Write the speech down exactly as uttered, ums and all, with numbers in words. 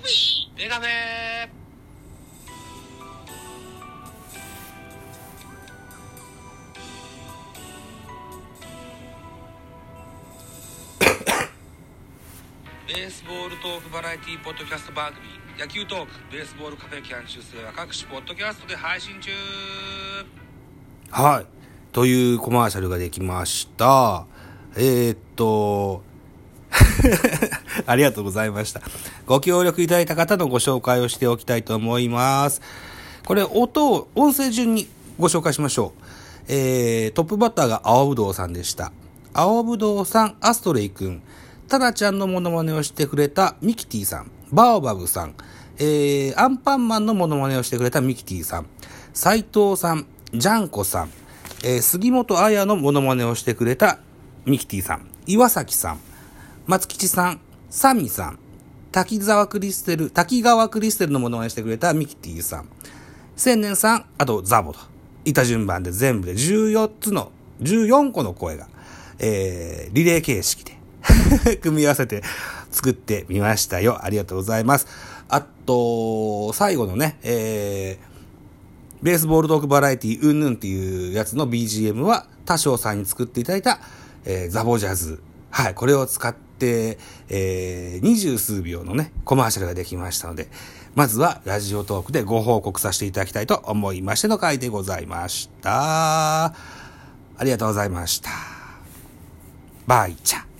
ベカフェ。ベースボールトークバラエティポッドキャスト番組野球トークベースボールカフェキャン中世は各種ポッドキャストで配信中。 はい。というコマーシャルができました。えー、っと、ありがとうございました。ご協力いただいた方のご紹介をしておきたいと思います。これ、音を、音声順にご紹介しましょう。えー、トップバッターが青ぶどうさんでした。青ぶどうさん、アストレイくん、タナちゃんのモノマネをしてくれたミキティさん、バオバブさん、えー、アンパンマンのモノマネをしてくれたミキティさん、斉藤さん、ジャンコさん、えー、杉本彩のモノマネをしてくれたミキティさん、岩崎さん、松吉さん、サミさん、滝沢クリステル、滝川クリステルのモノマネしてくれたミキティさん、千年さん、あとザボといった順番で全部でじゅうよっつの、じゅうよんこの声が、えー、リレー形式で組み合わせて作ってみましたよ。ありがとうございます。あと、最後のね、えー、ベースボールトークバラエティうんぬんっていうやつの ビージーエム は多少さんに作っていただいた、えー、ザボジャズ。はい、これを使って、えー、二十数秒のね、コマーシャルができましたので、まずはラジオトークでご報告させていただきたいと思いましての回でございました。ありがとうございました。バイチャ。